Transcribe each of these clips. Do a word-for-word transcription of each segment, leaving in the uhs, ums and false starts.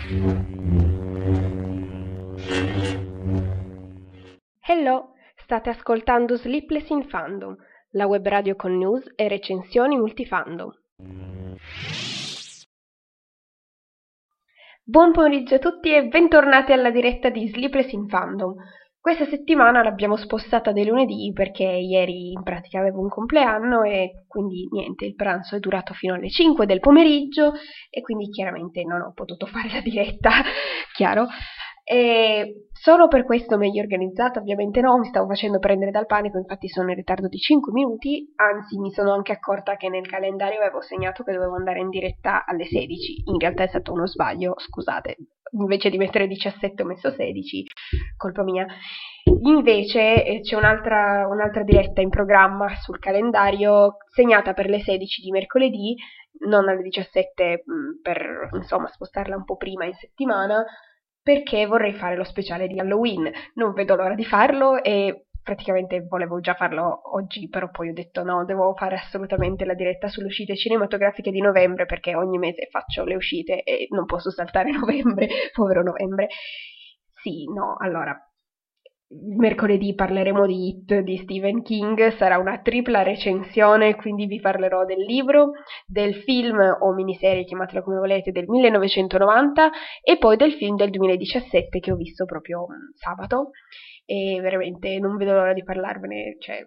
Hello, state ascoltando Sleepless in Fandom, la web radio con news e recensioni multifandom. Buon pomeriggio a tutti e bentornati alla diretta di Sleepless in Fandom. Questa settimana l'abbiamo spostata di lunedì perché ieri in pratica avevo un compleanno e quindi niente, il pranzo è durato fino alle cinque del pomeriggio e quindi chiaramente non ho potuto fare la diretta, chiaro. E solo per questo meglio organizzata, ovviamente no, mi stavo facendo prendere dal panico, infatti sono in ritardo di cinque minuti, anzi mi sono anche accorta che nel calendario avevo segnato che dovevo andare in diretta alle sedici, in realtà è stato uno sbaglio, scusate, invece di mettere diciassette ho messo sedici, colpa mia. Invece eh, c'è un'altra, un'altra diretta in programma sul calendario segnata per le sedici di mercoledì, non alle diciassette mh, per insomma spostarla un po' prima in settimana, perché vorrei fare lo speciale di Halloween. Non vedo l'ora di farlo e praticamente volevo già farlo oggi, però poi ho detto no, devo fare assolutamente la diretta sulle uscite cinematografiche di novembre perché ogni mese faccio le uscite e non posso saltare novembre, povero novembre. Sì, no, allora, mercoledì parleremo di It di Stephen King, sarà una tripla recensione, quindi vi parlerò del libro, del film o miniserie, chiamatela come volete, del millenovecentonovanta e poi del film del duemiladiciassette che ho visto proprio sabato e veramente non vedo l'ora di parlarvene, cioè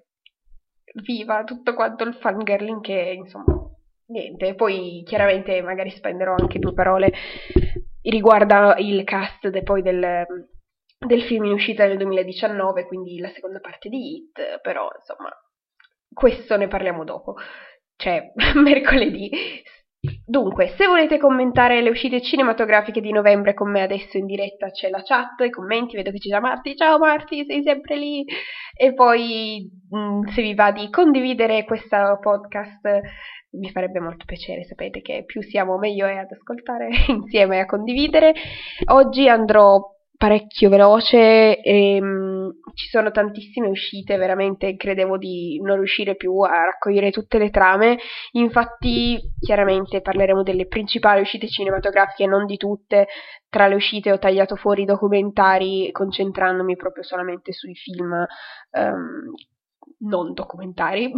viva tutto quanto il fangirling che insomma niente, poi chiaramente magari spenderò anche due parole riguardo il cast de, poi del del film in uscita nel duemiladiciannove, quindi la seconda parte di It, però insomma questo ne parliamo dopo, cioè mercoledì. Dunque, se volete commentare le uscite cinematografiche di novembre con me adesso in diretta c'è la chat, i commenti, vedo che c'è già Marti, ciao Marti, sei sempre lì, e poi mh, se vi va di condividere questo podcast mi farebbe molto piacere, sapete che più siamo meglio è ad ascoltare insieme e a condividere. Oggi andrò parecchio veloce e mh, ci sono tantissime uscite, veramente credevo di non riuscire più a raccogliere tutte le trame, infatti chiaramente parleremo delle principali uscite cinematografiche, non di tutte. Tra le uscite ho tagliato fuori i documentari concentrandomi proprio solamente sui film um, non documentari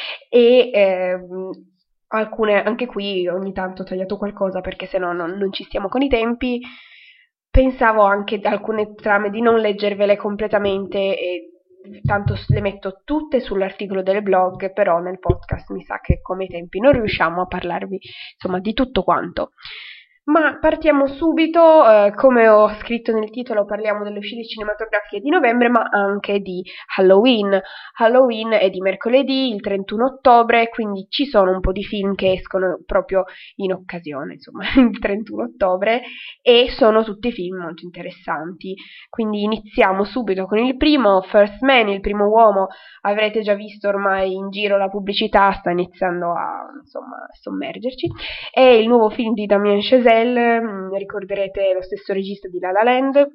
e ehm, alcune, anche qui ogni tanto ho tagliato qualcosa perché sennò non, non ci stiamo con i tempi. Pensavo anche ad alcune trame di non leggervele completamente e tanto le metto tutte sull'articolo del blog, però nel podcast mi sa che come i tempi non riusciamo a parlarvi insomma di tutto quanto. Ma partiamo subito, eh, come ho scritto nel titolo parliamo delle uscite cinematografiche di novembre ma anche di Halloween. Halloween è di mercoledì, il trentuno ottobre, quindi ci sono un po' di film che escono proprio in occasione, insomma, il trentuno ottobre e sono tutti film molto interessanti. Quindi iniziamo subito con il primo, First Man, il primo uomo. Avrete già visto ormai in giro la pubblicità, sta iniziando a insomma sommergerci. È il nuovo film di Damien Chazelle, ricorderete lo stesso regista di La La Land.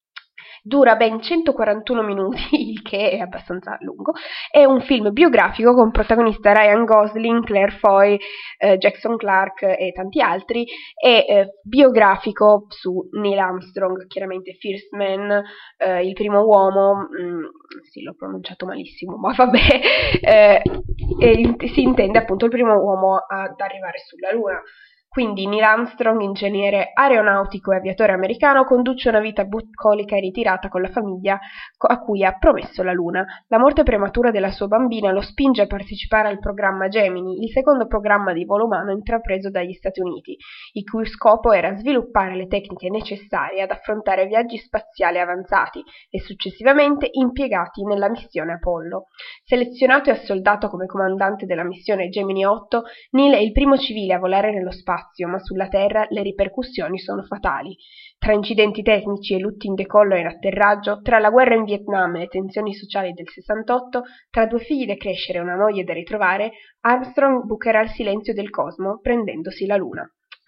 Dura ben centoquarantuno minuti, il che è abbastanza lungo. È un film biografico con protagonista Ryan Gosling, Claire Foy, eh, Jackson Clark e tanti altri. È eh, biografico su Neil Armstrong, chiaramente First Man, eh, il primo uomo. Mh, sì, l'ho pronunciato malissimo, ma vabbè. Eh, e si intende appunto il primo uomo ad arrivare sulla Luna. Quindi Neil Armstrong, ingegnere aeronautico e aviatore americano, conduce una vita bucolica e ritirata con la famiglia a cui ha promesso la Luna. La morte prematura della sua bambina lo spinge a partecipare al programma Gemini, il secondo programma di volo umano intrapreso dagli Stati Uniti, il cui scopo era sviluppare le tecniche necessarie ad affrontare viaggi spaziali avanzati e successivamente impiegati nella missione Apollo. Selezionato e assoldato come comandante della missione Gemini otto, Neil è il primo civile a volare nello spazio, ma sulla Terra le ripercussioni sono fatali. Tra incidenti tecnici e lutti in decollo e in atterraggio, tra la guerra in Vietnam e le tensioni sociali del sessantotto, tra due figli da crescere e una moglie da ritrovare, Armstrong bucherà il silenzio del cosmo prendendosi la Luna.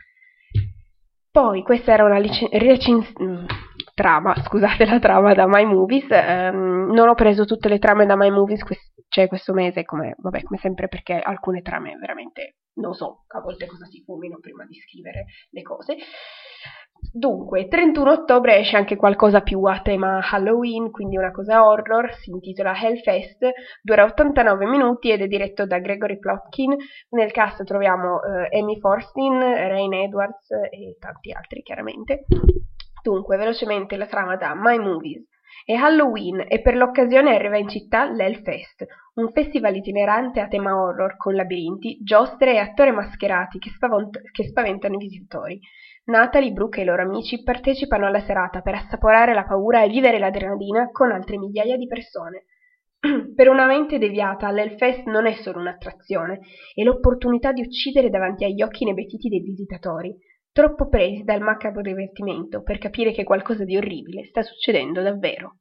Poi, questa era una lic- recens- trama, scusate la trama da My Movies, ehm, non ho preso tutte le trame da My Movies, quest- cioè questo mese, come, vabbè, come sempre, perché alcune trame veramente non so a volte cosa si fumino prima di scrivere le cose. Dunque, trentuno ottobre esce anche qualcosa più a tema Halloween, quindi una cosa horror, si intitola Hellfest, dura ottantanove minuti ed è diretto da Gregory Plotkin. Nel cast troviamo eh, Amy Fortin, Rain Edwards e tanti altri chiaramente. Dunque, velocemente la trama da My Movies. È Halloween e per l'occasione arriva in città l'Hellfest, un festival itinerante a tema horror con labirinti, giostre e attori mascherati che, spavont- che spaventano i visitatori. Natalie, Brooke e i loro amici partecipano alla serata per assaporare la paura e vivere l'adrenalina con altre migliaia di persone. Per una mente deviata, l'Hellfest non è solo un'attrazione, è l'opportunità di uccidere davanti agli occhi inebetiti dei visitatori, troppo presi dal macabro divertimento per capire che qualcosa di orribile sta succedendo davvero.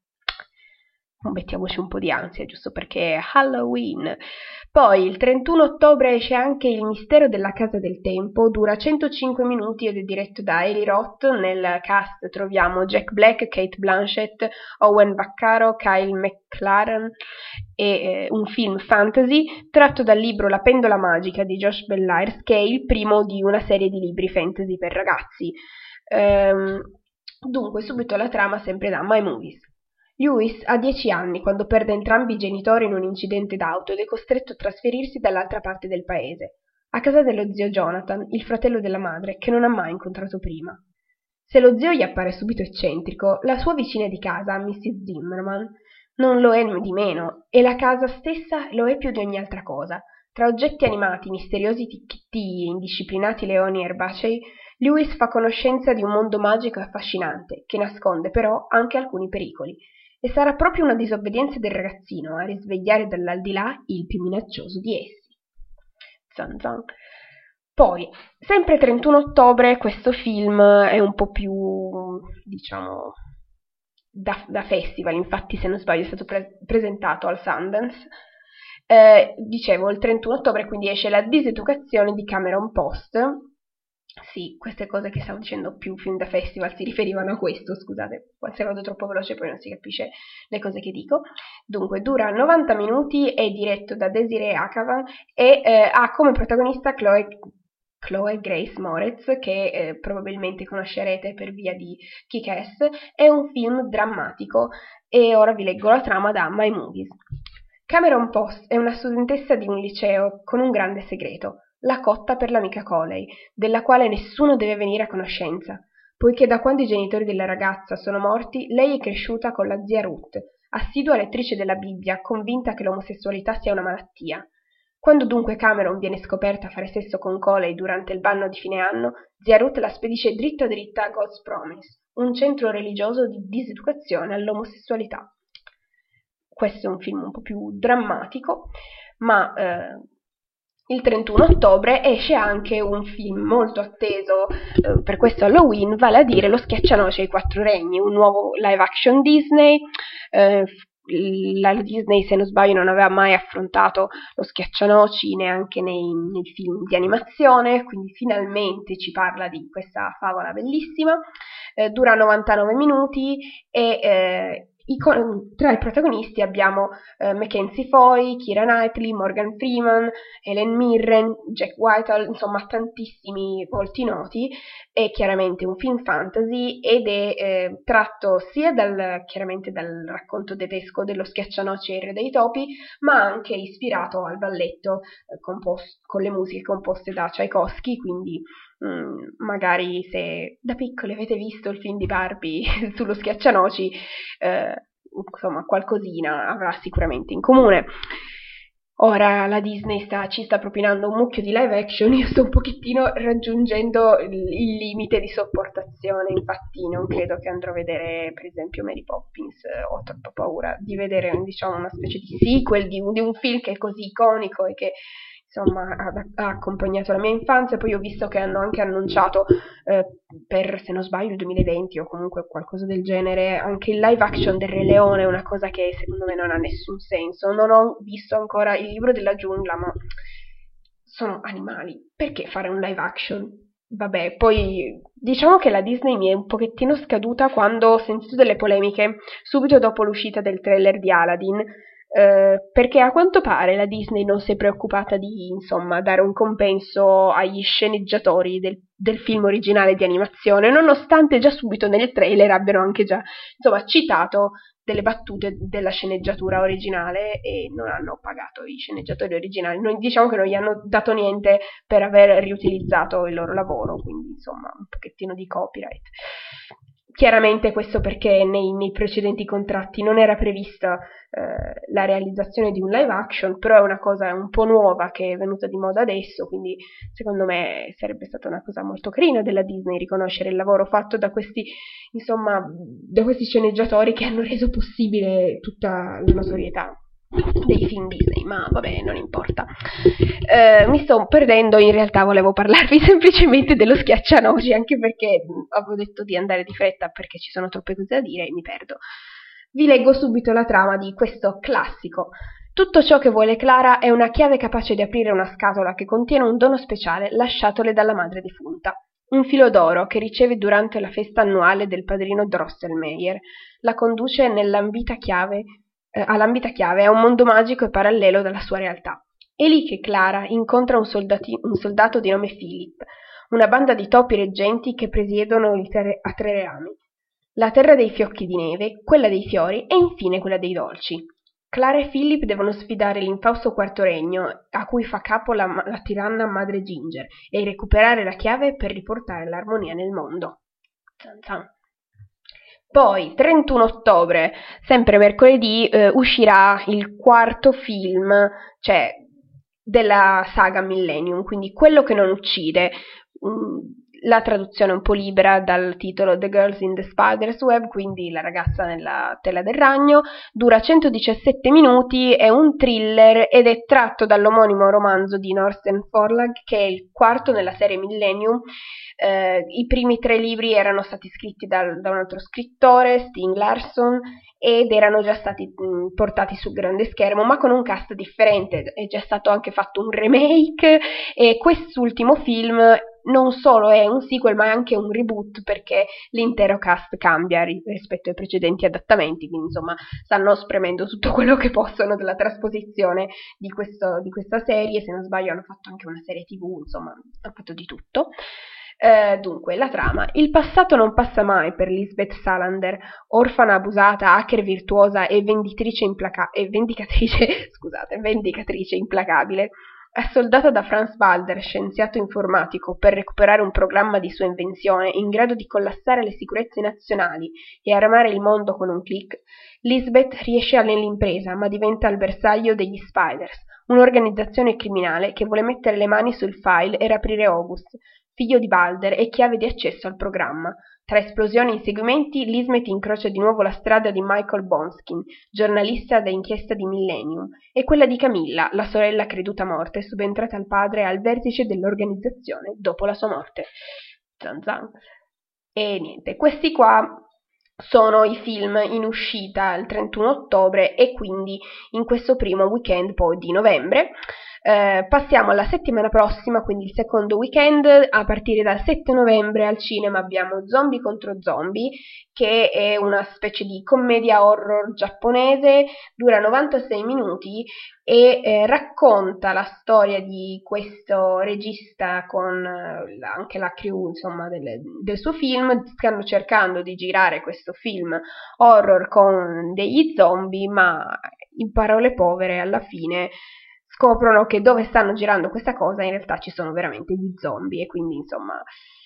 Mettiamoci un po' di ansia, giusto perché è Halloween. Poi il trentuno ottobre esce anche Il mistero della Casa del Tempo, dura centocinque minuti ed è diretto da Eli Roth. Nel cast troviamo Jack Black, Kate Blanchett, Owen Vaccaro, Kyle MacLachlan. È eh, un film fantasy tratto dal libro La pendola magica di Josh Bellairs, che è il primo di una serie di libri fantasy per ragazzi. Ehm, dunque, subito la trama sempre da My Movies. Lewis ha dieci anni quando perde entrambi i genitori in un incidente d'auto ed è costretto a trasferirsi dall'altra parte del paese, a casa dello zio Jonathan, il fratello della madre, che non ha mai incontrato prima. Se lo zio gli appare subito eccentrico, la sua vicina di casa, missus Zimmerman, non lo è di meno, e la casa stessa lo è più di ogni altra cosa. Tra oggetti animati, misteriosi ticchetti e indisciplinati leoni erbacei, Lewis fa conoscenza di un mondo magico e affascinante, che nasconde però anche alcuni pericoli. E sarà proprio una disobbedienza del ragazzino a risvegliare dall'aldilà il più minaccioso di essi. Zan zan. Poi, sempre trentuno ottobre, questo film è un po' più, diciamo, da, da festival, infatti se non sbaglio è stato pre- presentato al Sundance. Eh, dicevo, il trentuno ottobre quindi esce La diseducazione di Cameron Post. Sì, queste cose che stavo dicendo più film da festival si riferivano a questo, scusate, se vado troppo veloce poi non si capisce le cose che dico. Dunque, dura novanta minuti, è diretto da Desiree Akavan e eh, ha come protagonista Chloe, Chloe Grace Moretz, che eh, probabilmente conoscerete per via di Kick-Ass. È un film drammatico e ora vi leggo la trama da My Movies. Cameron Post è una studentessa di un liceo con un grande segreto, la cotta per l'amica Coley, della quale nessuno deve venire a conoscenza, poiché da quando i genitori della ragazza sono morti, lei è cresciuta con la zia Ruth, assidua lettrice della Bibbia, convinta che l'omosessualità sia una malattia. Quando dunque Cameron viene scoperta a fare sesso con Coley durante il ballo di fine anno, zia Ruth la spedisce dritta dritta a God's Promise, un centro religioso di diseducazione all'omosessualità. Questo è un film un po' più drammatico, ma eh, il trentuno ottobre esce anche un film molto atteso eh, per questo Halloween, vale a dire Lo schiaccianoce ai quattro regni, un nuovo live action Disney. Eh, la Disney, se non sbaglio, non aveva mai affrontato lo schiaccianoci neanche nei, nei film di animazione, quindi finalmente ci parla di questa favola bellissima. Eh, dura novantanove minuti e eh, I, tra i protagonisti abbiamo eh, Mackenzie Foy, Keira Knightley, Morgan Freeman, Helen Mirren, Jack Whitehall, insomma tantissimi volti noti. È chiaramente un film fantasy ed è eh, tratto sia dal, chiaramente dal racconto tedesco dello Schiaccianoci e il Re dei Topi, ma anche ispirato al balletto eh, composto, con le musiche composte da Tchaikovsky, quindi mh, magari se da piccoli avete visto il film di Barbie sullo Schiaccianoci, eh, insomma qualcosina avrà sicuramente in comune. Ora la Disney sta, ci sta propinando un mucchio di live action, io sto un pochettino raggiungendo il, il limite di sopportazione, infatti non credo che andrò a vedere per esempio Mary Poppins, ho troppa paura di vedere diciamo una specie di sequel di un, di un film che è così iconico e che insomma ha, ha accompagnato la mia infanzia. Poi ho visto che hanno anche annunciato eh, per, se non sbaglio, il duemilaventi o comunque qualcosa del genere, anche il live action del Re Leone, una cosa che secondo me non ha nessun senso. Non ho visto ancora il libro della giungla, ma sono animali, perché fare un live action? Vabbè, poi diciamo che la Disney mi è un pochettino scaduta quando ho sentito delle polemiche subito dopo l'uscita del trailer di Aladdin, eh, perché a quanto pare la Disney non si è preoccupata di, insomma, dare un compenso agli sceneggiatori del, del film originale di animazione, nonostante già subito nel trailer abbiano anche già, insomma, citato delle battute della sceneggiatura originale e non hanno pagato i sceneggiatori originali. Noi diciamo che non gli hanno dato niente per aver riutilizzato il loro lavoro, quindi insomma un pochettino di copyright. Chiaramente questo perché nei, nei precedenti contratti non era prevista eh, la realizzazione di un live action, però è una cosa un po' nuova che è venuta di moda adesso, quindi secondo me sarebbe stata una cosa molto carina della Disney riconoscere il lavoro fatto da questi, insomma, da questi sceneggiatori che hanno reso possibile tutta la notorietà dei film Disney, ma vabbè, non importa. Eh, mi sto perdendo, in realtà volevo parlarvi semplicemente dello schiaccianoci, anche perché avevo detto di andare di fretta perché ci sono troppe cose da dire e mi perdo. Vi leggo subito la trama di questo classico. Tutto ciò che vuole Clara è una chiave capace di aprire una scatola che contiene un dono speciale lasciatole dalla madre defunta. Un filo d'oro che riceve durante la festa annuale del padrino Drosselmeyer. La conduce nell'ambita chiave all'ambita chiave a un mondo magico e parallelo dalla sua realtà. È lì che Clara incontra un, soldati, un soldato di nome Philip, una banda di topi reggenti che presiedono il ter- a tre rami, la terra dei fiocchi di neve, quella dei fiori e infine quella dei dolci. Clara e Philip devono sfidare l'infausto quarto regno a cui fa capo la, la tiranna madre Ginger e recuperare la chiave per riportare l'armonia nel mondo. Zan zan. Poi, trentuno ottobre, sempre mercoledì, eh, uscirà il quarto film, cioè, della saga Millennium, quindi Quello che non uccide. Mm, la traduzione è un po' libera dal titolo The Girls in the Spider's Web, quindi La ragazza nella tela del ragno, dura centodiciassette minuti, è un thriller ed è tratto dall'omonimo romanzo di Norsten Forlag, che è il quarto nella serie Millennium. Eh, I primi tre libri erano stati scritti dal, da un altro scrittore, Stieg Larsson, ed erano già stati mh, portati sul grande schermo, ma con un cast differente. È già stato anche fatto un remake e quest'ultimo film non solo è un sequel ma è anche un reboot perché l'intero cast cambia rispetto ai precedenti adattamenti, quindi insomma stanno spremendo tutto quello che possono della trasposizione di, questo, di questa serie. Se non sbaglio hanno fatto anche una serie tv, insomma hanno fatto di tutto. Eh, dunque, la trama. Il passato non passa mai per Lisbeth Salander, orfana abusata, hacker virtuosa e venditrice implaca- e vendicatrice, scusate, vendicatrice implacabile. Assoldata da Franz Balder, scienziato informatico, per recuperare un programma di sua invenzione in grado di collassare le sicurezze nazionali e armare il mondo con un click, Lisbeth riesce nell'impresa, ma diventa il bersaglio degli Spiders, un'organizzazione criminale che vuole mettere le mani sul file e raprire August, figlio di Balder e chiave di accesso al programma. Tra esplosioni e inseguimenti, Lisbeth incrocia di nuovo la strada di Michael Bonskin, giornalista da inchiesta di Millennium, e quella di Camilla, la sorella creduta morta e subentrata al padre al vertice dell'organizzazione dopo la sua morte. Zan zan. E niente, questi qua sono i film in uscita il trentuno ottobre e quindi in questo primo weekend poi di novembre. Eh, passiamo alla settimana prossima, quindi il secondo weekend. A partire dal sette novembre al cinema abbiamo Zombie contro Zombie, che è una specie di commedia horror giapponese, dura novantasei minuti e eh, racconta la storia di questo regista con eh, anche la crew, insomma, del, del suo film. Stanno cercando di girare questo film horror con degli zombie, ma in parole povere alla fine scoprono che dove stanno girando questa cosa in realtà ci sono veramente gli zombie e quindi insomma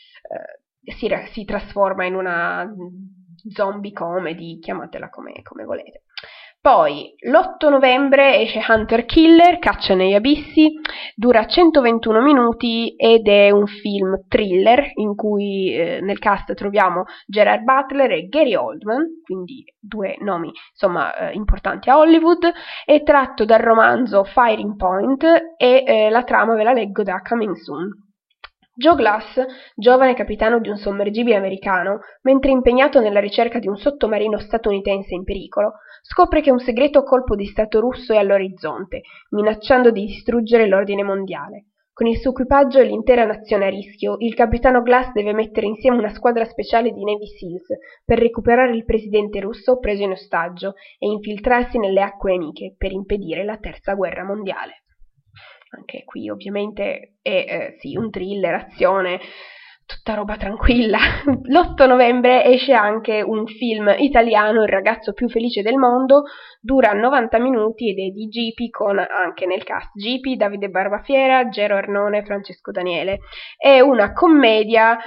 eh, si, si trasforma in una zombie comedy, chiamatela come, come volete. Poi l'otto novembre esce Hunter Killer, Caccia negli abissi, dura centoventuno minuti ed è un film thriller in cui eh, nel cast troviamo Gerard Butler e Gary Oldman, quindi due nomi insomma eh, importanti a Hollywood. È tratto dal romanzo Firing Point e eh, la trama ve la leggo da Coming Soon. Joe Glass, giovane capitano di un sommergibile americano, mentre impegnato nella ricerca di un sottomarino statunitense in pericolo, scopre che un segreto colpo di stato russo è all'orizzonte, minacciando di distruggere l'ordine mondiale. Con il suo equipaggio e l'intera nazione a rischio, il capitano Glass deve mettere insieme una squadra speciale di Navy Seals per recuperare il presidente russo preso in ostaggio e infiltrarsi nelle acque nemiche per impedire la terza guerra mondiale. Anche qui ovviamente è eh, sì, un thriller, azione, tutta roba tranquilla. L'otto novembre esce anche un film italiano, Il ragazzo più felice del mondo, dura novanta minuti ed è di Gipi, con anche nel cast Gipi, Davide Barbafiera, Gero Arnone e Francesco Daniele. È una commedia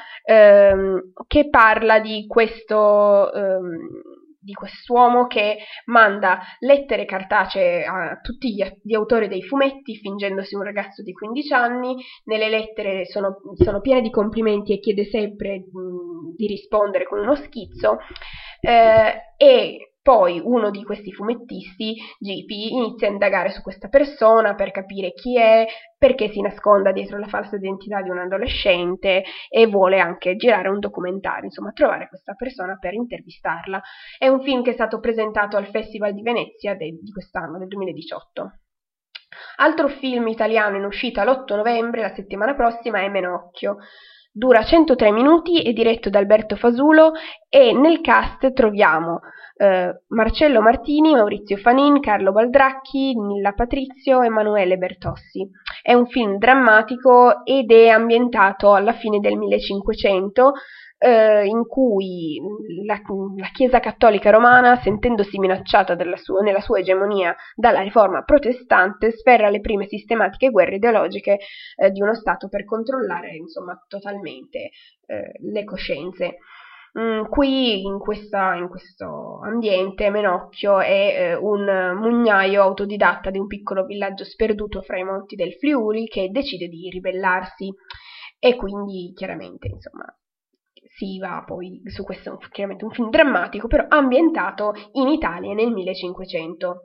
ehm, che parla di questo... Ehm, di quest'uomo che manda lettere cartacee a tutti gli, gli autori dei fumetti fingendosi un ragazzo di quindici anni. Nelle lettere sono, sono piene di complimenti e chiede sempre mh, di rispondere con uno schizzo, eh, e poi uno di questi fumettisti, Gipi, inizia a indagare su questa persona per capire chi è, perché si nasconda dietro la falsa identità di un adolescente, e vuole anche girare un documentario, insomma trovare questa persona per intervistarla. È un film che è stato presentato al Festival di Venezia de- di quest'anno, del duemiladiciotto. Altro film italiano in uscita l'otto novembre, la settimana prossima, è Menocchio. Dura centotré minuti, è diretto da Alberto Fasulo e nel cast troviamo eh, Marcello Martini, Maurizio Fanin, Carlo Baldracchi, Nilla Patrizio e Emanuele Bertossi. È un film drammatico ed è ambientato alla fine del millecinquecento, eh, in cui la, la Chiesa Cattolica Romana, sentendosi minacciata della sua, nella sua egemonia dalla riforma protestante, sferra le prime sistematiche guerre ideologiche eh, di uno Stato per controllare, insomma, totalmente eh, le coscienze. Mm, qui in, questa, in questo ambiente Menocchio è eh, un mugnaio autodidatta di un piccolo villaggio sperduto fra i monti del Friuli che decide di ribellarsi, e quindi chiaramente, insomma, si va poi su questo, chiaramente un film drammatico però ambientato in Italia nel millecinquecento.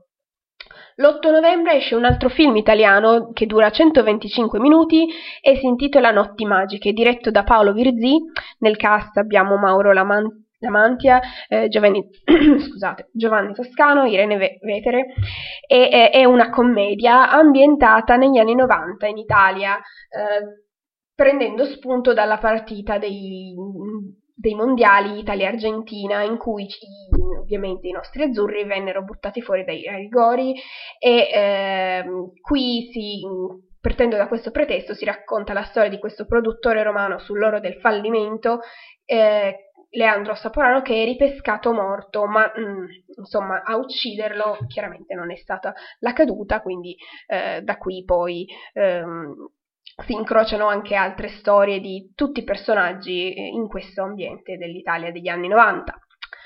L'otto novembre esce un altro film italiano che dura centoventicinque minuti e si intitola Notti magiche, diretto da Paolo Virzì. Nel cast abbiamo Mauro Laman- Lamantia, eh, Giovanni, scusate, Giovanni Toscano, Irene Vetere, e è, è una commedia ambientata negli anni novanta in Italia, eh, prendendo spunto dalla partita dei, dei mondiali Italia-Argentina, in cui i, ovviamente i nostri azzurri vennero buttati fuori dai rigori, e eh, qui si, partendo da questo pretesto, si racconta la storia di questo produttore romano sull'oro del fallimento, eh, Leandro Saporano, che è ripescato morto, ma mh, insomma a ucciderlo chiaramente non è stata la caduta, quindi eh, da qui poi ehm, si incrociano anche altre storie di tutti i personaggi in questo ambiente dell'Italia degli anni novanta.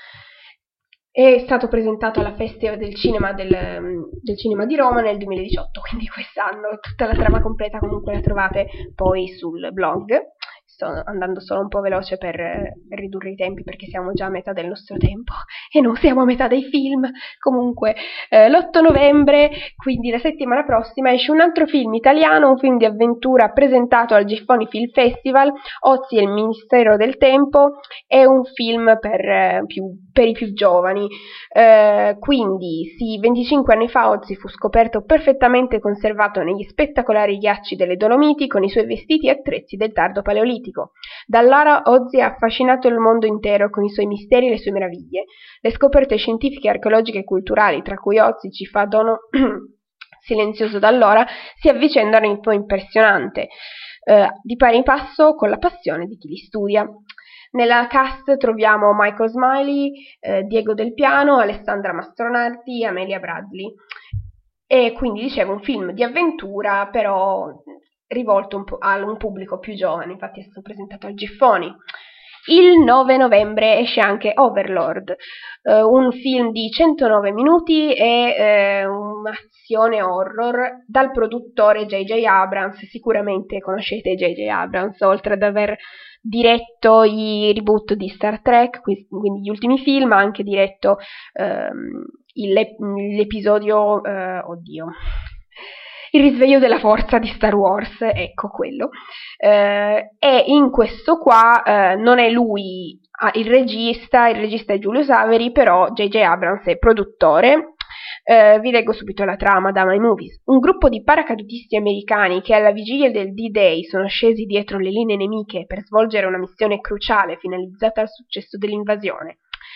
È stato presentato alla Festival del Cinema, del, del Cinema di Roma nel duemiladiciotto, quindi quest'anno. Tutta la trama completa comunque la trovate poi sul blog. Sto andando solo un po' veloce per eh, ridurre i tempi, perché siamo già a metà del nostro tempo e non siamo a metà dei film. Comunque eh, l'otto novembre, quindi la settimana prossima, esce un altro film italiano, un film di avventura presentato al Giffoni Film Festival, Ozi e il Ministero del Tempo. È un film per, eh, più, per i più giovani. Eh, quindi sì, venticinque anni fa Ozi fu scoperto perfettamente conservato negli spettacolari ghiacci delle Dolomiti con i suoi vestiti e attrezzi del tardo paleolitico. Da allora Ozi ha affascinato il mondo intero con i suoi misteri e le sue meraviglie. Le scoperte scientifiche, archeologiche e culturali, tra cui Ozi ci fa dono silenzioso da allora, si avvicendano in modo impressionante, eh, di pari passo con la passione di chi li studia. Nella cast troviamo Michael Smiley, eh, Diego Del Piano, Alessandra Mastronardi, Amelia Bradley. E quindi, dicevo, un film di avventura, però rivolto un po' a un pubblico più giovane, infatti è stato presentato al Giffoni. Il nove novembre esce anche Overlord, eh, un film di centonove minuti e eh, un'azione horror dal produttore J J Abrams. Sicuramente conoscete J J Abrams, oltre ad aver diretto i reboot di Star Trek, quindi gli ultimi film, ha anche diretto ehm, il, l'episodio, eh, oddio, Il risveglio della forza di Star Wars, ecco quello. Eh, e in questo qua eh, non è lui ah, il regista, il regista è Giulio Saveri, però J J Abrams è produttore. Eh, vi leggo subito la trama da My Movies. Un gruppo di paracadutisti americani che alla vigilia del D-Day sono scesi dietro le linee nemiche per svolgere una missione cruciale finalizzata al successo dell'invasione.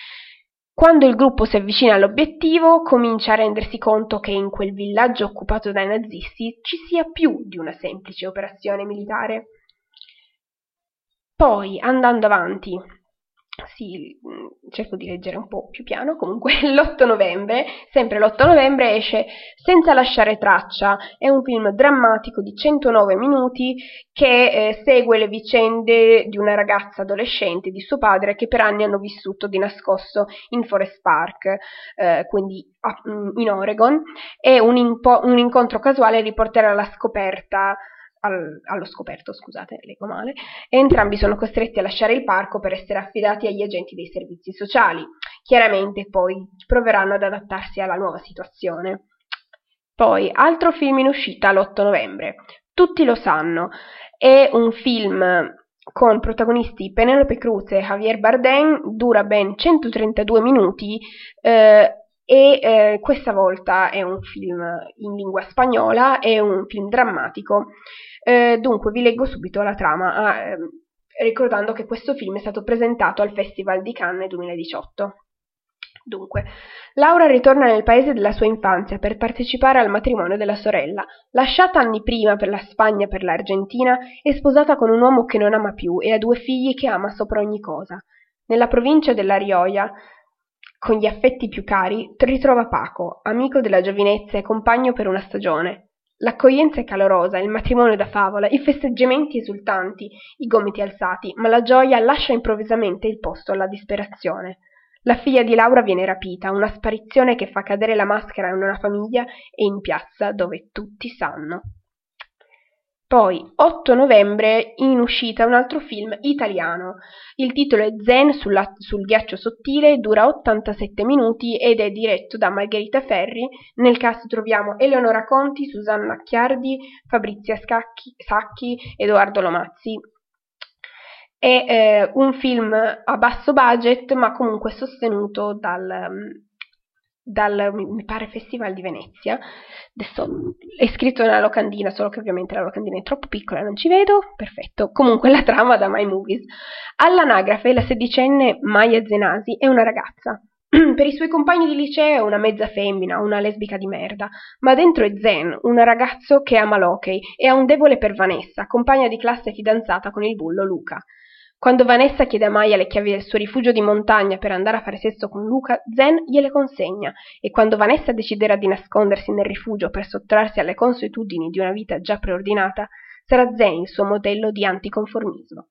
Quando il gruppo si avvicina all'obiettivo, comincia a rendersi conto che in quel villaggio occupato dai nazisti ci sia più di una semplice operazione militare. Poi, andando avanti, sì, cerco di leggere un po' più piano, comunque l'otto novembre, sempre l'otto novembre esce Senza lasciare traccia, è un film drammatico di centonove minuti che eh, segue le vicende di una ragazza adolescente e di suo padre che per anni hanno vissuto di nascosto in Forest Park, eh, quindi a, in Oregon, e un, impo- un incontro casuale li porterà alla scoperta al, allo scoperto, scusate, leggo male, e entrambi sono costretti a lasciare il parco per essere affidati agli agenti dei servizi sociali. Chiaramente poi proveranno ad adattarsi alla nuova situazione. Poi, altro film in uscita l'otto novembre. Tutti lo sanno, è un film con protagonisti Penelope Cruz e Javier Bardem, dura ben centotrentadue minuti eh, e eh, questa volta è un film in lingua spagnola, è un film drammatico. Eh, dunque vi leggo subito la trama, ah, eh, ricordando che questo film è stato presentato al Festival di Cannes duemiladiciotto. Dunque, Laura ritorna nel paese della sua infanzia per partecipare al matrimonio della sorella. Lasciata anni prima per la Spagna e per l'Argentina, è sposata con un uomo che non ama più e ha due figli che ama sopra ogni cosa. Nella provincia della Rioja, con gli affetti più cari, ritrova Paco, amico della giovinezza e compagno per una stagione. L'accoglienza è calorosa, il matrimonio da favola, i festeggiamenti esultanti, i gomiti alzati, ma la gioia lascia improvvisamente il posto alla disperazione. La figlia di Laura viene rapita, una sparizione che fa cadere la maschera in una famiglia e in piazza dove tutti sanno. Poi, otto novembre, in uscita un altro film italiano. Il titolo è Zen sulla, sul ghiaccio sottile, dura ottantasette minuti ed è diretto da Margherita Ferri. Nel cast troviamo Eleonora Conti, Susanna Chiardi, Fabrizia Scacchi, Sacchi, Edoardo Lomazzi. È eh, un film a basso budget, ma comunque sostenuto dal, dal, mi pare, Festival di Venezia. Adesso è scritto nella locandina, solo che ovviamente la locandina è troppo piccola, non ci vedo. Perfetto. Comunque la trama da My Movies. All'anagrafe la sedicenne Maya Zenasi è una ragazza. Per i suoi compagni di liceo è una mezza femmina, una lesbica di merda, ma dentro è Zen, un ragazzo che ama l'hockey e ha un debole per Vanessa, compagna di classe fidanzata con il bullo Luca. Quando Vanessa chiede a Maya le chiavi del suo rifugio di montagna per andare a fare sesso con Luca, Zen gliele consegna, e quando Vanessa deciderà di nascondersi nel rifugio per sottrarsi alle consuetudini di una vita già preordinata, sarà Zen il suo modello di anticonformismo.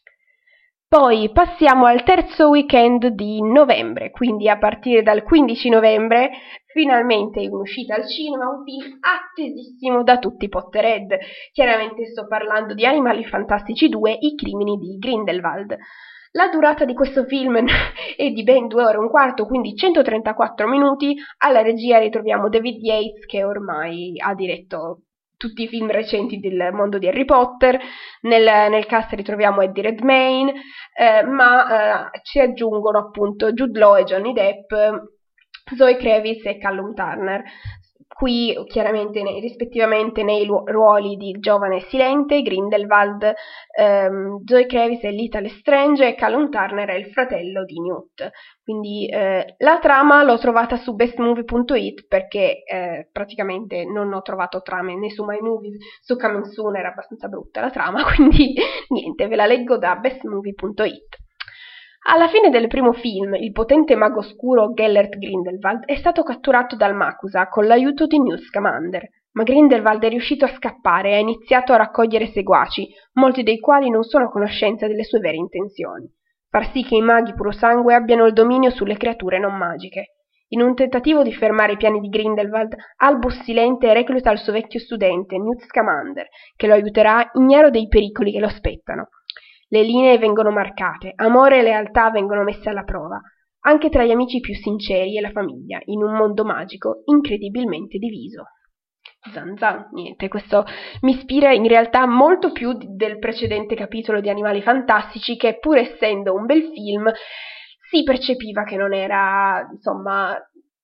Poi passiamo al terzo weekend di novembre, quindi a partire dal quindici novembre, finalmente in uscita al cinema un film attesissimo da tutti i Potterhead. Chiaramente sto parlando di Animali Fantastici due, I crimini di Grindelwald. La durata di questo film è di ben due ore e un quarto, quindi centotrentaquattro minuti. Alla regia ritroviamo David Yates, che ormai ha diretto tutti i film recenti del mondo di Harry Potter. Nel, nel cast ritroviamo Eddie Redmayne, eh, ma eh, ci aggiungono appunto Jude Law e Johnny Depp, Zoe Kravitz e Callum Turner. Qui chiaramente nei, rispettivamente nei ruoli di Giovane e Silente, Grindelwald, ehm, Zoe Kravitz è Lita Lestrange e Callum Turner è il fratello di Newt. Quindi eh, la trama l'ho trovata su best movie punto it perché eh, praticamente non ho trovato trame né su My Movies, su Coming Soon era abbastanza brutta la trama, quindi niente, ve la leggo da best movie punto it. Alla fine del primo film, il potente mago oscuro Gellert Grindelwald è stato catturato dal Makusa con l'aiuto di Newt Scamander, ma Grindelwald è riuscito a scappare e ha iniziato a raccogliere seguaci, molti dei quali non sono a conoscenza delle sue vere intenzioni. Far sì che i maghi purosangue abbiano il dominio sulle creature non magiche. In un tentativo di fermare i piani di Grindelwald, Albus Silente recluta il suo vecchio studente, Newt Scamander, che lo aiuterà ignaro dei pericoli che lo aspettano. Le linee vengono marcate, amore e lealtà vengono messe alla prova, anche tra gli amici più sinceri e la famiglia, in un mondo magico incredibilmente diviso. Zan zan, niente, questo mi ispira in realtà molto più del precedente capitolo di Animali Fantastici, che pur essendo un bel film si percepiva che non era, insomma,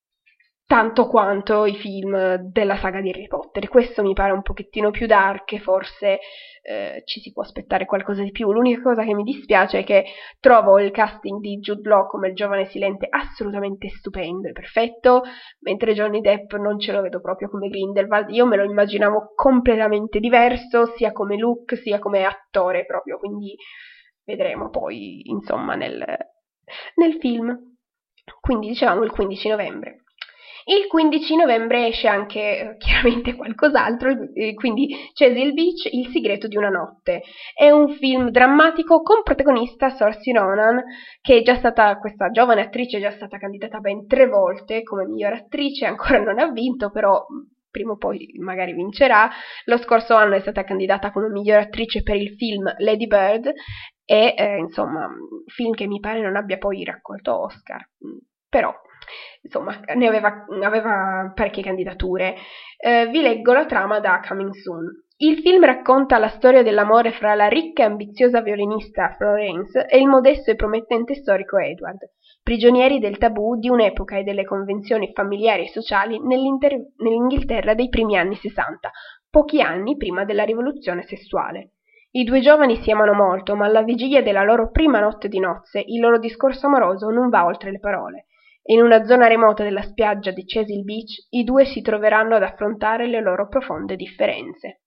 tanto quanto i film della saga di Harry Potter. Questo mi pare un pochettino più dark e forse eh, ci si può aspettare qualcosa di più. L'unica cosa che mi dispiace è che trovo il casting di Jude Law come il giovane silente assolutamente stupendo e perfetto, mentre Johnny Depp non ce lo vedo proprio come Grindelwald. Io me lo immaginavo completamente diverso, sia come look sia come attore proprio, quindi vedremo poi, insomma, nel, nel film. Quindi dicevamo il quindici novembre. Il quindici novembre esce anche eh, chiaramente qualcos'altro, eh, quindi Cecil Beach, Il segreto di una notte. È un film drammatico con protagonista Saoirse Ronan, che è già stata, questa giovane attrice è già stata candidata ben tre volte come miglior attrice, ancora non ha vinto, però prima o poi magari vincerà. Lo scorso anno è stata candidata come miglior attrice per il film Lady Bird e eh, insomma, film che mi pare non abbia poi raccolto Oscar, però insomma ne aveva, aveva parecchie candidature. Eh, vi leggo la trama da Coming Soon. Il film racconta la storia dell'amore fra la ricca e ambiziosa violinista Florence e il modesto e promettente storico Edward, prigionieri del tabù di un'epoca e delle convenzioni familiari e sociali nell'Inghilterra dei primi anni sessanta, pochi anni prima della rivoluzione sessuale. I due giovani si amano molto, ma alla vigilia della loro prima notte di nozze il loro discorso amoroso non va oltre le parole. In una zona remota della spiaggia di Cecil Beach, i due si troveranno ad affrontare le loro profonde differenze.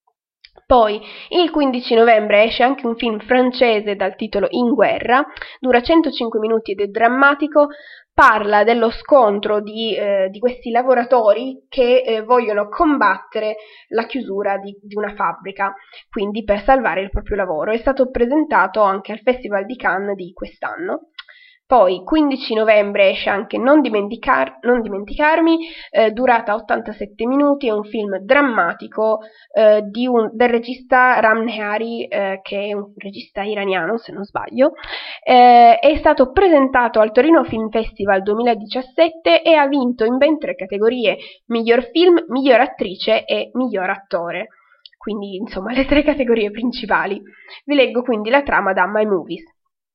Poi, il quindici novembre esce anche un film francese dal titolo In guerra, dura centocinque minuti ed è drammatico, parla dello scontro di, eh, di questi lavoratori che eh, vogliono combattere la chiusura di, di una fabbrica, quindi per salvare il proprio lavoro. È stato presentato anche al Festival di Cannes di quest'anno. Poi, quindici novembre esce anche Non, dimenticar- non dimenticarmi, eh, durata ottantasette minuti, è un film drammatico eh, di un, del regista Ram Nehari, eh, che è un regista iraniano se non sbaglio. Eh, è stato presentato al Torino Film Festival duemiladiciassette e ha vinto in ben tre categorie: miglior film, miglior attrice e miglior attore. Quindi, insomma, le tre categorie principali. Vi leggo quindi la trama da My Movies.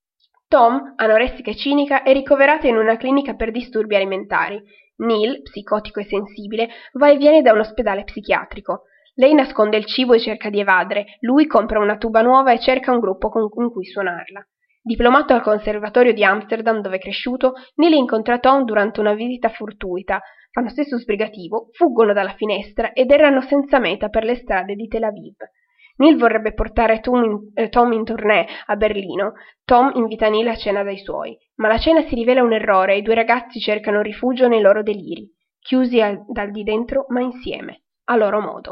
Tom, anoressica e cinica, è ricoverata in una clinica per disturbi alimentari. Neil, psicotico e sensibile, va e viene da un ospedale psichiatrico. Lei nasconde il cibo e cerca di evadere, lui compra una tuba nuova e cerca un gruppo con, con cui suonarla. Diplomato al conservatorio di Amsterdam dove è cresciuto, Neil incontra Tom durante una visita fortuita, fanno sesso sbrigativo, fuggono dalla finestra ed errano senza meta per le strade di Tel Aviv. Neil vorrebbe portare Tom in, eh, Tom in tournée a Berlino. Tom invita Neil a cena dai suoi, ma la cena si rivela un errore e i due ragazzi cercano rifugio nei loro deliri, chiusi al, dal di dentro ma insieme, a loro modo.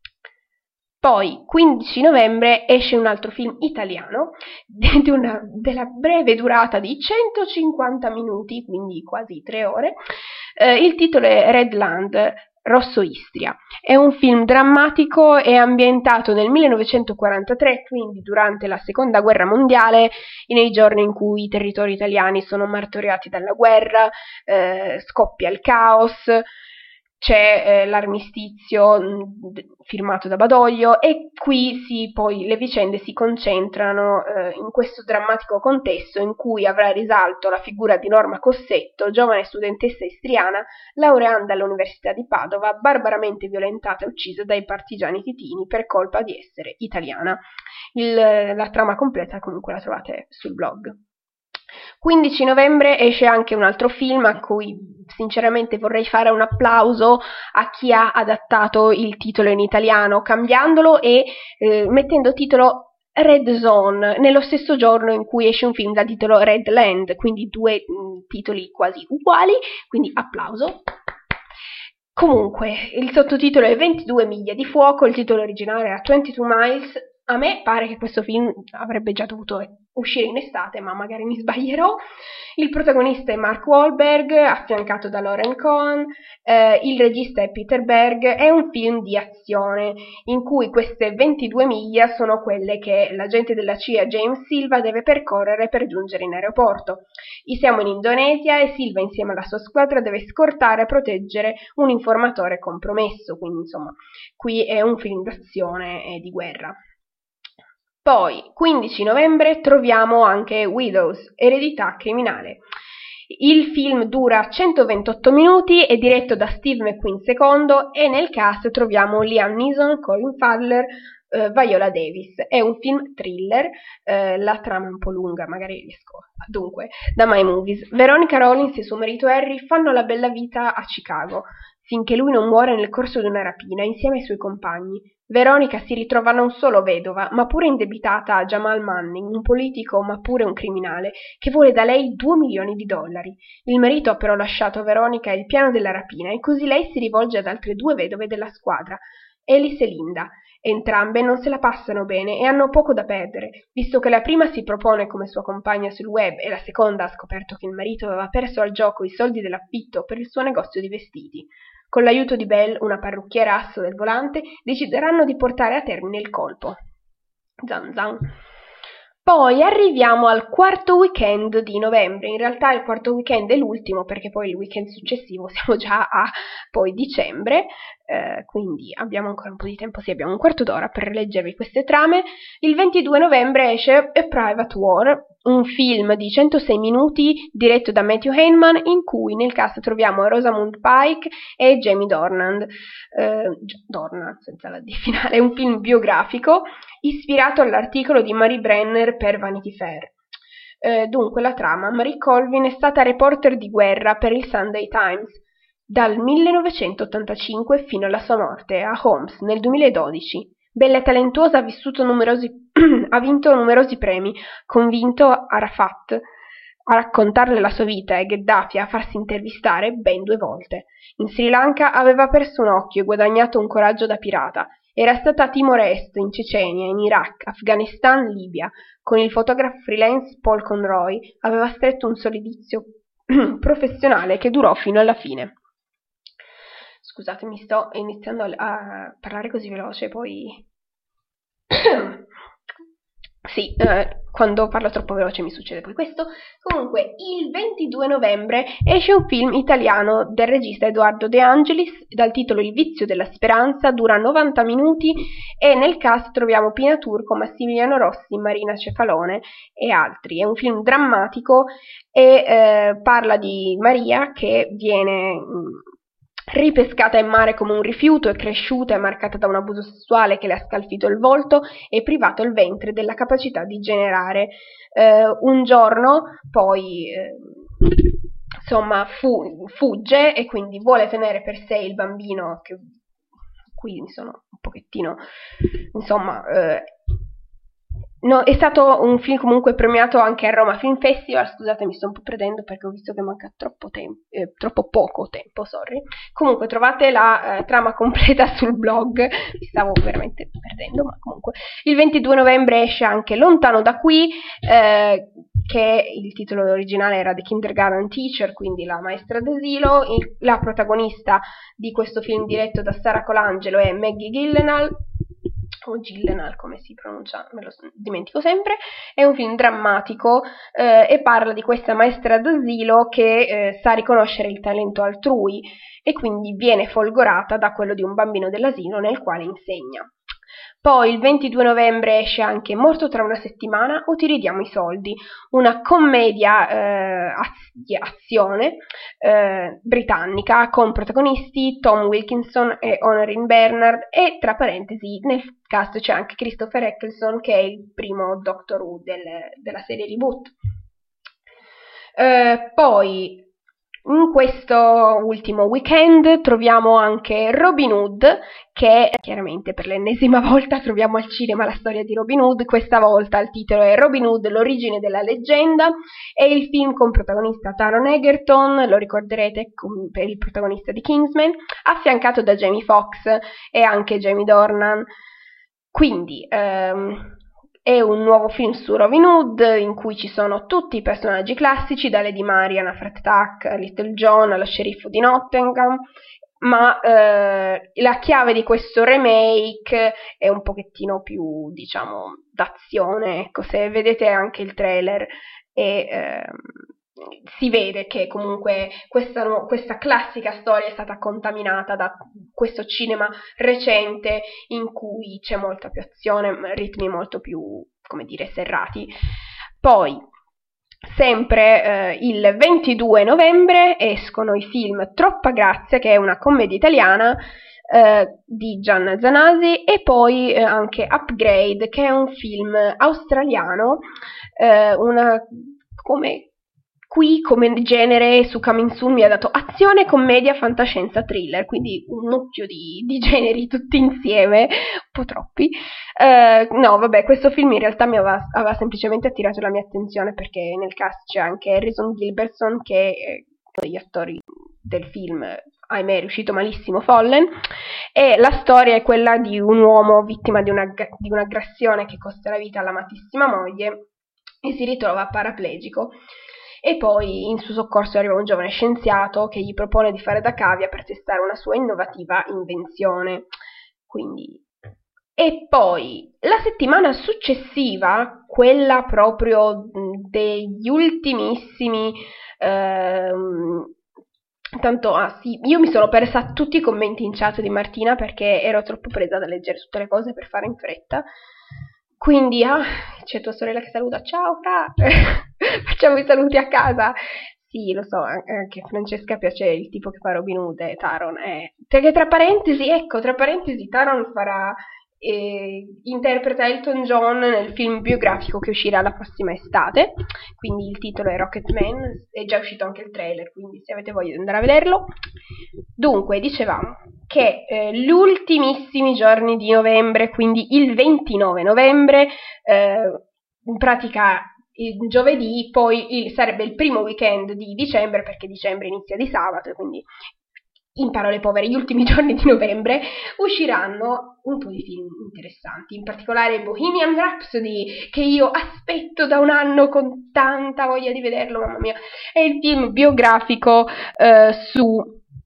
Poi, quindici novembre, esce un altro film italiano di una, della breve durata di centocinquanta minuti, quindi quasi tre ore. Eh, il titolo è Redland, Rosso Istria. È un film drammatico e ambientato nel millenovecentoquarantatré, quindi durante la seconda guerra mondiale, nei giorni in cui i territori italiani sono martoriati dalla guerra, eh, scoppia il caos, c'è eh, l'armistizio mh, firmato da Badoglio e qui si, poi le vicende si concentrano eh, in questo drammatico contesto in cui avrà risalto la figura di Norma Cossetto, giovane studentessa istriana, laureanda all'Università di Padova, barbaramente violentata e uccisa dai partigiani titini per colpa di essere italiana. Il, la trama completa comunque la trovate sul blog. quindici novembre esce anche un altro film a cui sinceramente vorrei fare un applauso a chi ha adattato il titolo in italiano, cambiandolo e eh, mettendo titolo Red Zone, nello stesso giorno in cui esce un film dal titolo Red Land, quindi due mh, titoli quasi uguali, quindi applauso. Comunque, il sottotitolo è ventidue miglia di fuoco, il titolo originale era ventidue Miles. A me pare che questo film avrebbe già dovuto uscire in estate, ma magari mi sbaglierò. Il protagonista è Mark Wahlberg, affiancato da Lauren Cohen, eh, il regista è Peter Berg. È un film di azione in cui queste ventidue miglia sono quelle che l'agente della C I A James Silva deve percorrere per giungere in aeroporto. I siamo in Indonesia e Silva insieme alla sua squadra deve scortare e proteggere un informatore compromesso, quindi insomma qui è un film d'azione e di guerra. Poi, quindici novembre, troviamo anche Widows, Eredità criminale. Il film dura centoventotto minuti, è diretto da Steve McQueen secondo e nel cast troviamo Liam Neeson, Colin Farrell, eh, Viola Davis. È un film thriller, eh, la trama è un po' lunga, magari riesco. Dunque, da My Movies. Veronica Rollins e suo marito Harry fanno la bella vita a Chicago. finché lui non muore nel corso di una rapina insieme ai suoi compagni. Veronica si ritrova non solo vedova, ma pure indebitata a Jamal Manning, un politico ma pure un criminale, che vuole da lei due milioni di dollari. Il marito ha però lasciato a Veronica il piano della rapina e così lei si rivolge ad altre due vedove della squadra, Alice e Linda. Entrambe non se la passano bene e hanno poco da perdere, visto che la prima si propone come sua compagna sul web e la seconda ha scoperto che il marito aveva perso al gioco i soldi dell'affitto per il suo negozio di vestiti. Con l'aiuto di Belle, una parrucchiera asso del volante, decideranno di portare a termine il colpo. Zan zan. Poi arriviamo al quarto weekend di novembre. In realtà il quarto weekend è l'ultimo, perché poi il weekend successivo siamo già a poi dicembre, eh, quindi abbiamo ancora un po' di tempo, sì, abbiamo un quarto d'ora per leggervi queste trame. Il ventidue novembre esce A Private War, un film di centosei minuti diretto da Matthew Heineman, in cui nel cast troviamo Rosamund Pike e Jamie Dornan. Eh, Dornan, senza la D finale. È un film biografico ispirato all'articolo di Mary Brenner per Vanity Fair. Eh, dunque, la trama: Marie Colvin è stata reporter di guerra per il Sunday Times dal millenovecentottantacinque fino alla sua morte a Homs nel duemiladodici. Bella e talentuosa, ha, vissuto numerosi ha vinto numerosi premi, convinto Arafat a raccontarle la sua vita e Gheddafi a farsi intervistare ben due volte. In Sri Lanka aveva perso un occhio e guadagnato un coraggio da pirata. Era stata a Timor Est, in Cecenia, in Iraq, Afghanistan, Libia. Con il fotografo freelance Paul Conroy aveva stretto un solidizio professionale che durò fino alla fine. Scusate, mi sto iniziando a parlare così veloce, poi... sì, eh, quando parlo troppo veloce mi succede poi questo. Comunque, il ventidue novembre esce un film italiano del regista Edoardo De Angelis dal titolo Il vizio della speranza, dura novanta minuti e nel cast troviamo Pina Turco, Massimiliano Rossi, Marina Cefalone e altri. È un film drammatico e eh, parla di Maria che viene... Mh, ripescata in mare come un rifiuto, è cresciuta e marcata da un abuso sessuale che le ha scalfito il volto e privato il ventre della capacità di generare. Eh, un giorno poi eh, insomma fu, fugge e quindi vuole tenere per sé il bambino, che qui mi sono un pochettino insomma eh, no, è stato un film comunque premiato anche a Roma Film Festival. Scusate, mi sto un po' perdendo perché ho visto che manca troppo tempo, eh, troppo poco tempo, sorry. Comunque trovate la eh, trama completa sul blog, mi stavo veramente perdendo, ma comunque. Il ventidue novembre esce anche Lontano da qui, eh, che il titolo originale era The Kindergarten Teacher, quindi la maestra d'asilo. Il, la protagonista di questo film diretto da Sara Colangelo è Maggie Gyllenhaal, o Gyllenhaal come si pronuncia, me lo dimentico sempre. È un film drammatico eh, e parla di questa maestra d'asilo che eh, sa riconoscere il talento altrui e quindi viene folgorata da quello di un bambino dell'asilo nel quale insegna. Poi il ventidue novembre esce anche Morto tra una settimana o Ti ridiamo i soldi, una commedia eh, di azione eh, britannica con protagonisti Tom Wilkinson e Honorine Bernard e tra parentesi nel cast c'è anche Christopher Eccleston, che è il primo Doctor Who del, della serie reboot. Eh, poi in questo ultimo weekend troviamo anche Robin Hood, che chiaramente per l'ennesima volta troviamo al cinema la storia di Robin Hood. Questa volta il titolo è Robin Hood, l'origine della leggenda. È il film con protagonista Taron Egerton, lo ricorderete per il protagonista di Kingsman, affiancato da Jamie Foxx e anche Jamie Dornan. Quindi ehm, è un nuovo film su Robin Hood in cui ci sono tutti i personaggi classici, da Lady Marian a Fred Tuck, a Little John, allo sceriffo di Nottingham, ma eh, la chiave di questo remake è un pochettino più, diciamo, d'azione. Ecco, se vedete anche il trailer e eh, si vede che comunque questa, questa classica storia è stata contaminata da questo cinema recente in cui c'è molta più azione, ritmi molto più, come dire, serrati. Poi sempre eh, il ventidue novembre escono i film Troppa Grazia, che è una commedia italiana eh, di Gianna Zanasi, e poi eh, anche Upgrade, che è un film australiano, eh, una come qui come genere su Coming Soon mi ha dato azione, commedia, fantascienza, thriller, quindi un mucchio di, di generi tutti insieme, un po' troppi. Uh, no, vabbè, questo film in realtà mi aveva, aveva semplicemente attirato la mia attenzione perché nel cast c'è anche Harrison Gilbertson, che è uno degli attori del film, ahimè, è riuscito malissimo, Fallen, e la storia è quella di un uomo vittima di, una, di un'aggressione che costa la vita all'amatissima moglie e si ritrova paraplegico. E poi in suo soccorso arriva un giovane scienziato che gli propone di fare da cavia per testare una sua innovativa invenzione. Quindi... E poi la settimana successiva, quella proprio degli ultimissimi... Ehm, Tanto, ah sì, io mi sono persa tutti i commenti in chat di Martina perché ero troppo presa da leggere tutte le cose per fare in fretta. Quindi, ah, c'è tua sorella che saluta, ciao Fra, facciamo i saluti a casa. Sì, lo so, anche a Francesca piace il tipo che fa Robin Hood, eh, Taron. Eh. Perché tra parentesi, ecco, tra parentesi, Taron farà... E interpreta Elton John nel film biografico che uscirà la prossima estate, quindi il titolo è Rocketman, è già uscito anche il trailer, quindi se avete voglia di andare a vederlo. Dunque, dicevamo che eh, gli ultimissimi giorni di novembre, quindi il ventinove novembre, eh, in pratica il giovedì, poi il, sarebbe il primo weekend di dicembre, perché dicembre inizia di sabato, quindi in parole povere, gli ultimi giorni di novembre, usciranno un po' di film interessanti, in particolare Bohemian Rhapsody, che io aspetto da un anno con tanta voglia di vederlo, mamma mia, è il film biografico eh, su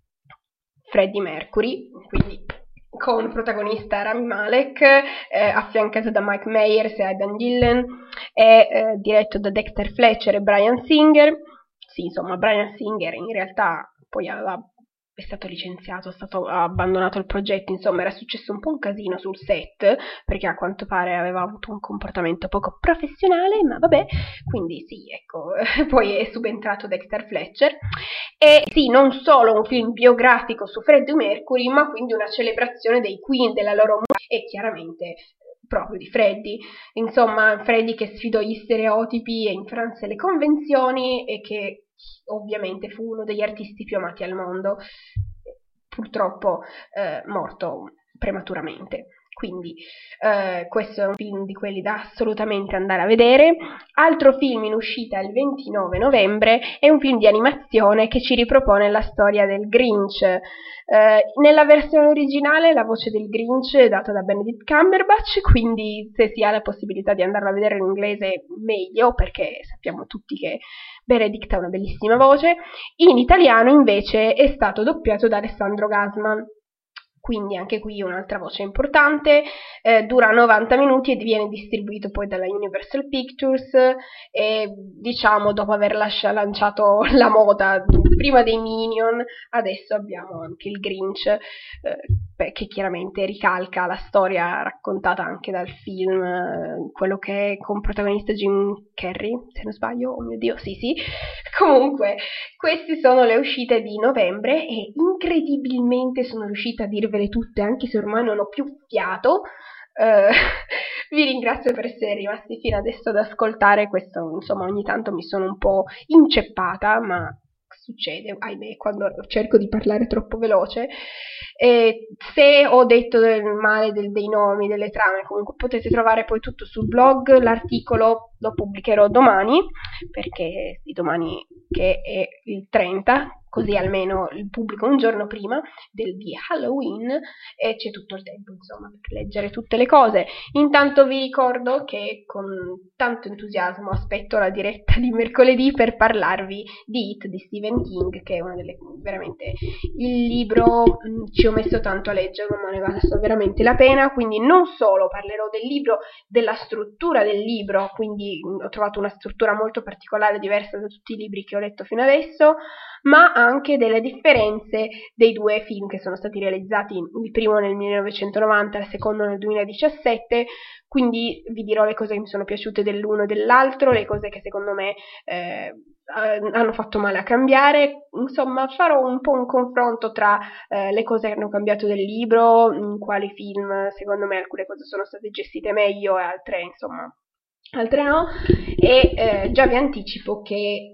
Freddie Mercury, quindi con protagonista Rami Malek, eh, affiancato da Mike Myers e Aidan Gillen, è eh, diretto da Dexter Fletcher e Bryan Singer. Sì, insomma, Bryan Singer in realtà poi aveva è stato licenziato, è stato abbandonato il progetto, insomma era successo un po' un casino sul set, perché a quanto pare aveva avuto un comportamento poco professionale, ma vabbè, quindi sì, ecco, poi è subentrato Dexter Fletcher, e sì, non solo un film biografico su Freddie Mercury, ma quindi una celebrazione dei Queen, della loro musica, e chiaramente proprio di Freddie, insomma Freddie che sfidò gli stereotipi e infranse le convenzioni e che ovviamente fu uno degli artisti più amati al mondo, purtroppo eh, morto prematuramente. Quindi eh, questo è un film di quelli da assolutamente andare a vedere. Altro film in uscita il ventinove novembre è un film di animazione che ci ripropone la storia del Grinch. Eh, nella versione originale la voce del Grinch è data da Benedict Cumberbatch, quindi se si ha la possibilità di andarlo a vedere in inglese meglio, perché sappiamo tutti che Benedict ha una bellissima voce. In italiano invece è stato doppiato da Alessandro Gasman, quindi anche qui un'altra voce importante, eh, dura novanta minuti e viene distribuito poi dalla Universal Pictures e diciamo dopo aver lascia, lanciato la moda prima dei Minion, adesso abbiamo anche il Grinch, eh, che chiaramente ricalca la storia raccontata anche dal film, eh, quello che è con protagonista Jim Carrey, se non sbaglio, oh mio Dio, sì sì, comunque queste sono le uscite di novembre e incredibilmente sono riuscita a dirvele tutte, anche se ormai non ho più fiato. Uh, vi ringrazio per essere rimasti fino adesso ad ascoltare questo, insomma ogni tanto mi sono un po' inceppata, ma succede, ahimè, quando cerco di parlare troppo veloce. E se ho detto del male del, dei nomi, delle trame, comunque potete trovare poi tutto sul blog, l'articolo lo pubblicherò domani, perché di domani che è il trenta, così almeno il pubblico un giorno prima del di Halloween e c'è tutto il tempo insomma per leggere tutte le cose. Intanto vi ricordo che con tanto entusiasmo aspetto la diretta di mercoledì per parlarvi di It di Stephen King, che è una delle veramente il libro, mh, ci ho messo tanto a leggerlo ma ne vale veramente la pena, quindi non solo parlerò del libro, della struttura del libro, quindi mh, ho trovato una struttura molto particolare, diversa da tutti i libri che ho letto fino adesso, ma anche delle differenze dei due film che sono stati realizzati, il primo nel millenovecentonovanta e il secondo nel duemiladiciassette, quindi vi dirò le cose che mi sono piaciute dell'uno e dell'altro, le cose che secondo me eh, hanno fatto male a cambiare, insomma farò un po' un confronto tra eh, le cose che hanno cambiato del libro, in quali film secondo me alcune cose sono state gestite meglio e altre insomma altre no, e eh, già vi anticipo che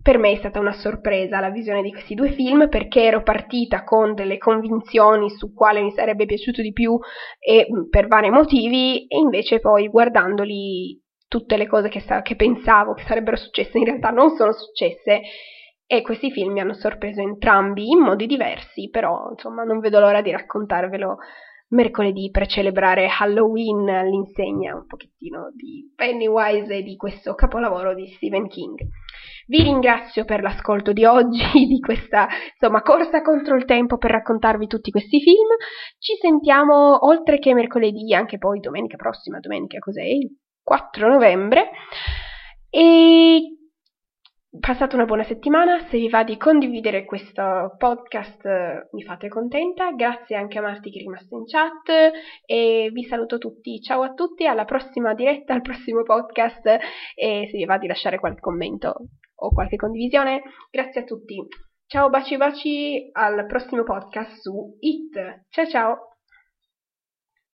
per me è stata una sorpresa la visione di questi due film, perché ero partita con delle convinzioni su quale mi sarebbe piaciuto di più e per vari motivi, e invece poi guardandoli tutte le cose che, sa- che pensavo che sarebbero successe in realtà non sono successe, e questi film mi hanno sorpreso entrambi in modi diversi, però insomma non vedo l'ora di raccontarvelo mercoledì per celebrare Halloween all'insegna un pochettino di Pennywise e di questo capolavoro di Stephen King. Vi ringrazio per l'ascolto di oggi, di questa insomma corsa contro il tempo per raccontarvi tutti questi film. Ci sentiamo oltre che mercoledì, anche poi domenica prossima, domenica cos'è? Il quattro novembre. E passate una buona settimana. Se vi va di condividere questo podcast mi fate contenta. Grazie anche a Marti che è rimasto in chat, e vi saluto tutti. Ciao a tutti, alla prossima diretta, al prossimo podcast, e se vi va di lasciare qualche commento o qualche condivisione. Grazie a tutti. Ciao, baci baci, al prossimo podcast su It. Ciao ciao.